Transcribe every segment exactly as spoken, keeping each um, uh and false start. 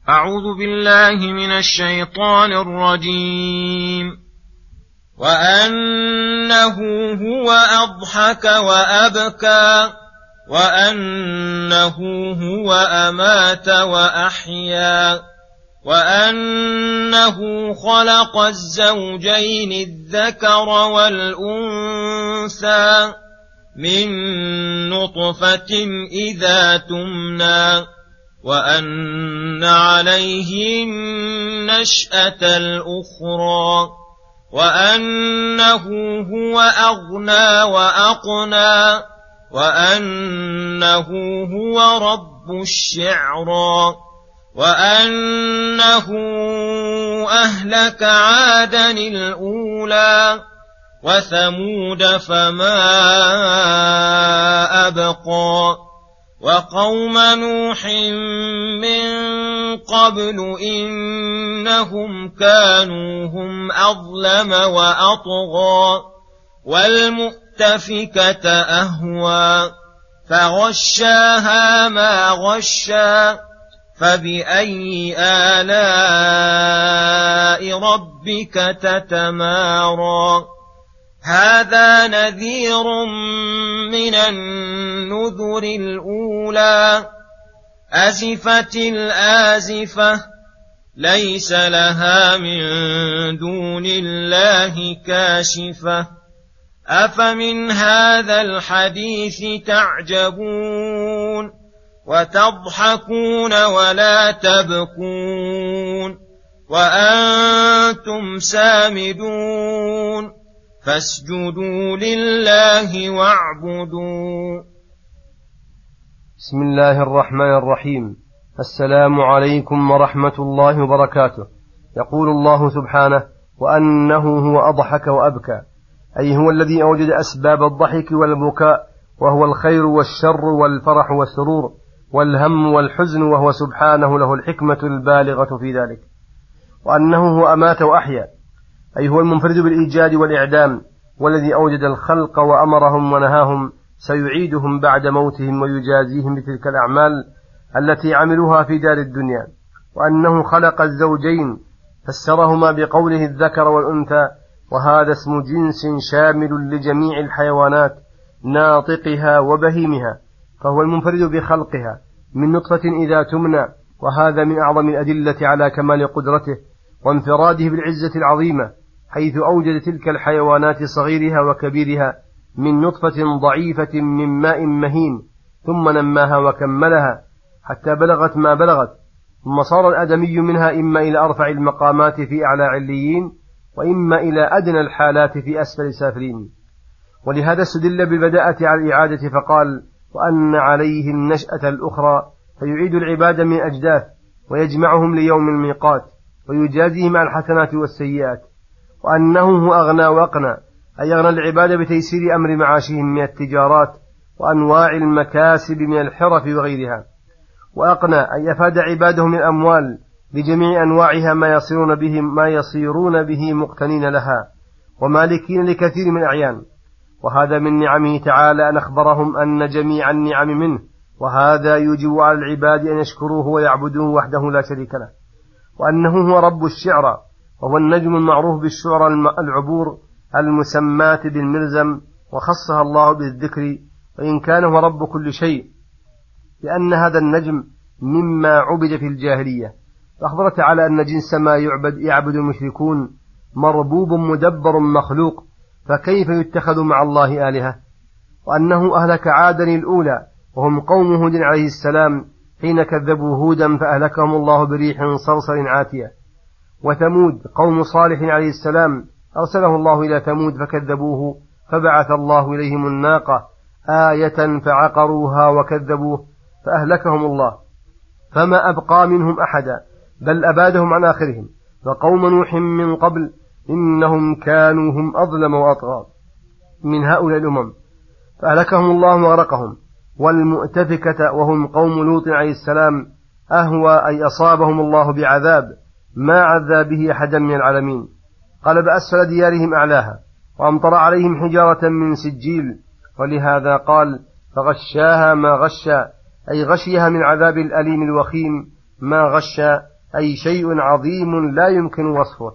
أعوذ بالله من الشيطان الرجيم. وأنه هو أضحك وأبكى وأنه هو أمات وأحيا وأنه خلق الزوجين الذكر والأنثى من نطفة إذا تمنى وأن عليه النشأة الأخرى وأنه هو أغنى وأقنى وأنه هو رب الشعرى وأنه أهلك عادا الأولى وثمود فما أبقى وقوم نوح من قبل إنهم كانوا هم أظلم وأطغى والمؤتفكة أهوى فغشاها ما غشى فبأي آلاء ربك تتمارى هذا نذير من النذر الأولى أزفت الآزفة ليس لها من دون الله كاشفة أفمن هذا الحديث تعجبون وتضحكون ولا تبكون وأنتم سامدون فاسجدوا لله واعبدوا. بسم الله الرحمن الرحيم. السلام عليكم ورحمة الله وبركاته. يقول الله سبحانه: وأنه هو أضحك وأبكى، أي هو الذي أوجد أسباب الضحك والبكاء، وهو الخير والشر والفرح والسرور والهم والحزن، وهو سبحانه له الحكمة البالغة في ذلك. وأنه هو أمات وأحيا، أي هو المنفرد بالإيجاد والإعدام، والذي أوجد الخلق وأمرهم ونهاهم، سيعيدهم بعد موتهم ويجازيهم بتلك الأعمال التي عملوها في دار الدنيا. وأنه خلق الزوجين، فسرهما بقوله الذكر والأنثى، وهذا اسم جنس شامل لجميع الحيوانات ناطقها وبهيمها، فهو المنفرد بخلقها من نطفة إذا تمنى، وهذا من أعظم الأدلة على كمال قدرته وانفراده بالعزة العظيمة، حيث أوجد تلك الحيوانات صغيرها وكبيرها من نطفة ضعيفة من ماء مهين، ثم نماها وكملها حتى بلغت ما بلغت، ثم صار الآدمي منها إما إلى أرفع المقامات في أعلى عليين، وإما إلى أدنى الحالات في أسفل سافلين. ولهذا استدل بالبداءة على الإعادة فقال: وأن عليه النشأة الأخرى، فيعيد العباد من أجداث ويجمعهم ليوم الميقات ويجازيهم على الحسنات والسيئات. وأنه هو أغنى وأقنى، أي أغنى العباد بتيسير أمر معاشهم من التجارات وأنواع المكاسب من الحرف وغيرها. وأقنى أي أفاد عباده من الأموال بجميع أنواعها ما يصيرون به, ما يصيرون به مقتنين لها ومالكين لكثير من الأعيان. وهذا من نعمه تعالى أن أخبرهم أن جميع النعم منه، وهذا يجب على العباد أن يشكروه ويعبدوه وحده لا شريك له. وأنه هو رب الشعرى، وهو النجم المعروف بالشعرى العبور المسمات بالمرزم، وخصها الله بالذكر، وإن كان هو رب كل شيء، لأن هذا النجم مما عبد في الجاهلية. فأخبر تعالى أن جنس ما يعبد, يعبد المشركون مربوب مدبر مخلوق، فكيف يتخذ مع الله آلهة؟ وأنه أهلك عادا الأولى، وهم قوم هود عليه السلام، حين كذبوا هودا فأهلكهم الله بريح صرصر عاتية. وثمود قوم صالح عليه السلام، أرسله الله إلى ثمود فكذبوه، فبعث الله إليهم الناقة آية فعقروها وكذبوه فأهلكهم الله، فما أبقى منهم أحدا، بل أبادهم عن آخرهم. وقوم نوح من قبل إنهم كانوا هم أظلم وأطغى من هؤلاء الأمم، فأهلكهم الله وغرقهم. والمؤتفكة وهم قوم لوط عليه السلام أهوى، أي أصابهم الله بعذاب ما عذى به أحدا من العالمين، قلب أسفل ديارهم أعلاها، وأمطر عليهم حجارة من سجيل. ولهذا قال: فغشاها ما غشى، أي غشيها من عذاب الأليم الوخيم ما غشى، أي شيء عظيم لا يمكن وصفه.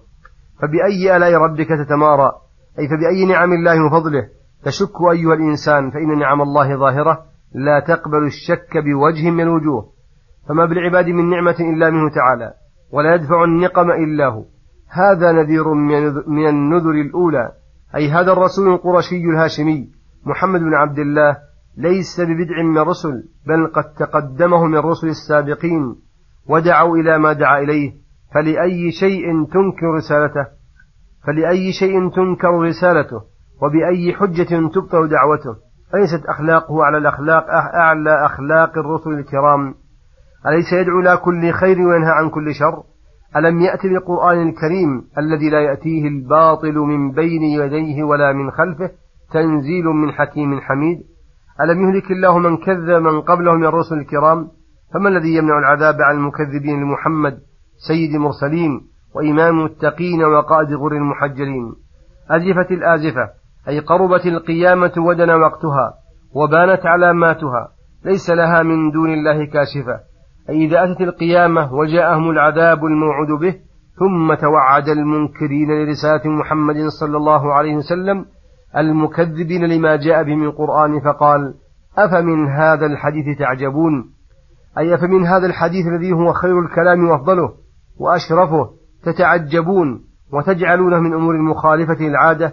فبأي آلاء ربك تتمارى، أي فبأي نعم الله وفضله تشك أيها الإنسان، فإن نعم الله ظاهرة لا تقبل الشك بوجه من الوجوه. فما بالعباد من نعمة إلا منه تعالى، ولا يدفع النقم إلا هو. هذا نذير من النذر الأولى، أي هذا الرسول القرشي الهاشمي محمد بن عبد الله ليس ببدع من الرسل، بل قد تقدمه من الرسل السابقين ودعوا إلى ما دعا إليه. فلأي شيء تنكر رسالته فلأي شيء تنكر رسالته وبأي حجة تبطل دعوته؟ أليست أخلاقه على الأخلاق أعلى أخلاق الرسل الكرام؟ أليس يدعو إلى كل خير وينهى عن كل شر؟ ألم يأتي بالقرآن الكريم الذي لا يأتيه الباطل من بين يديه ولا من خلفه، تنزيل من حكيم حميد؟ ألم يهلك الله من كذب من قبله من الرسل الكرام؟ فما الذي يمنع العذاب عن المكذبين لمحمد سيد المرسلين وإمام المتقين وقائد غر المحجلين؟ أزفت الآزفة، أي قربت القيامة ودنا وقتها وبانت علاماتها، ليس لها من دون الله كاشفة. أي إذا أتت القيامة وجاءهم العذاب الموعود به، ثم توعد المنكرين لرسالة محمد صلى الله عليه وسلم المكذبين لما جاء به من القرآن، فقال: أفمن هذا الحديث تعجبون؟ أي أفمن هذا الحديث الذي هو خير الكلام وأفضله وأشرفه تتعجبون وتجعلونه من أمور المخالفة للعادة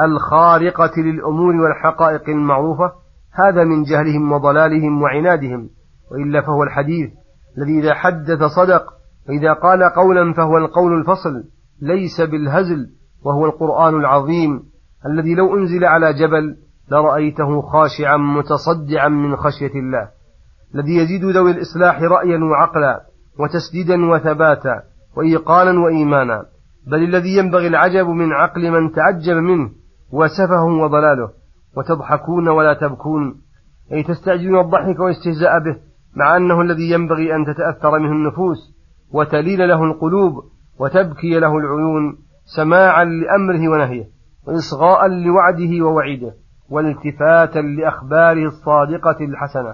الخارقة للأمور والحقائق المعروفة؟ هذا من جهلهم وضلالهم وعنادهم. وإلا فهو الحديث الذي إذا حدث صدق، وإذا قال قولا فهو القول الفصل ليس بالهزل، وهو القرآن العظيم الذي لو أنزل على جبل لرأيته خاشعا متصدعا من خشية الله، الذي يزيد ذوي الإصلاح رأيا وعقلا وتسديدا وثباتا وإيقانا وإيمانا، بل الذي ينبغي العجب من عقل من تعجب منه وسفه وضلاله. وتضحكون ولا تبكون، أي تستعجلون الضحك والاستهزاء به، مع أنه الذي ينبغي أن تتأثر منه النفوس وتلين له القلوب وتبكي له العيون، سماعا لأمره ونهيه، وإصغاء لوعده ووعيده، والتفاتا لأخباره الصادقة الحسنة.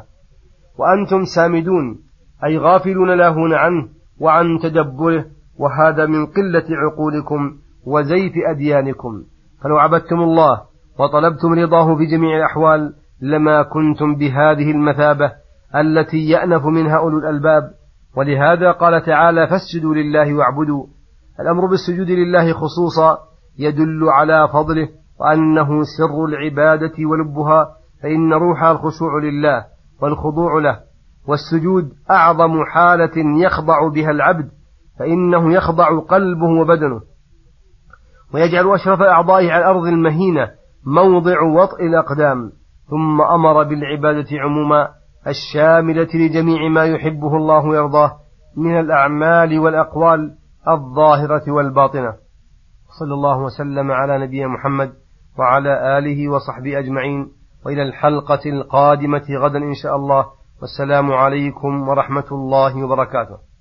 وأنتم سامدون، أي غافلون لاهون عنه وعن تدبره، وهذا من قلة عقولكم وزيف أديانكم. فلو عبدتم الله وطلبتم رضاه في جميع الأحوال لما كنتم بهذه المثابة التي يأنف منها أولو الألباب. ولهذا قال تعالى: فاسجدوا لله واعبدوا. الأمر بالسجود لله خصوصا يدل على فضله وأنه سر العبادة ولبها، فإن روحها الخشوع لله والخضوع له. والسجود أعظم حالة يخضع بها العبد، فإنه يخضع قلبه وبدنه، ويجعل أشرف أعضائه على الأرض المهينة موضع وطئ الأقدام. ثم أمر بالعبادة عموما الشاملة لجميع ما يحبه الله ويرضاه من الأعمال والأقوال الظاهرة والباطنة. صلى الله وسلم على نبينا محمد وعلى آله وصحبه أجمعين، وإلى الحلقة القادمة غدا إن شاء الله، والسلام عليكم ورحمة الله وبركاته.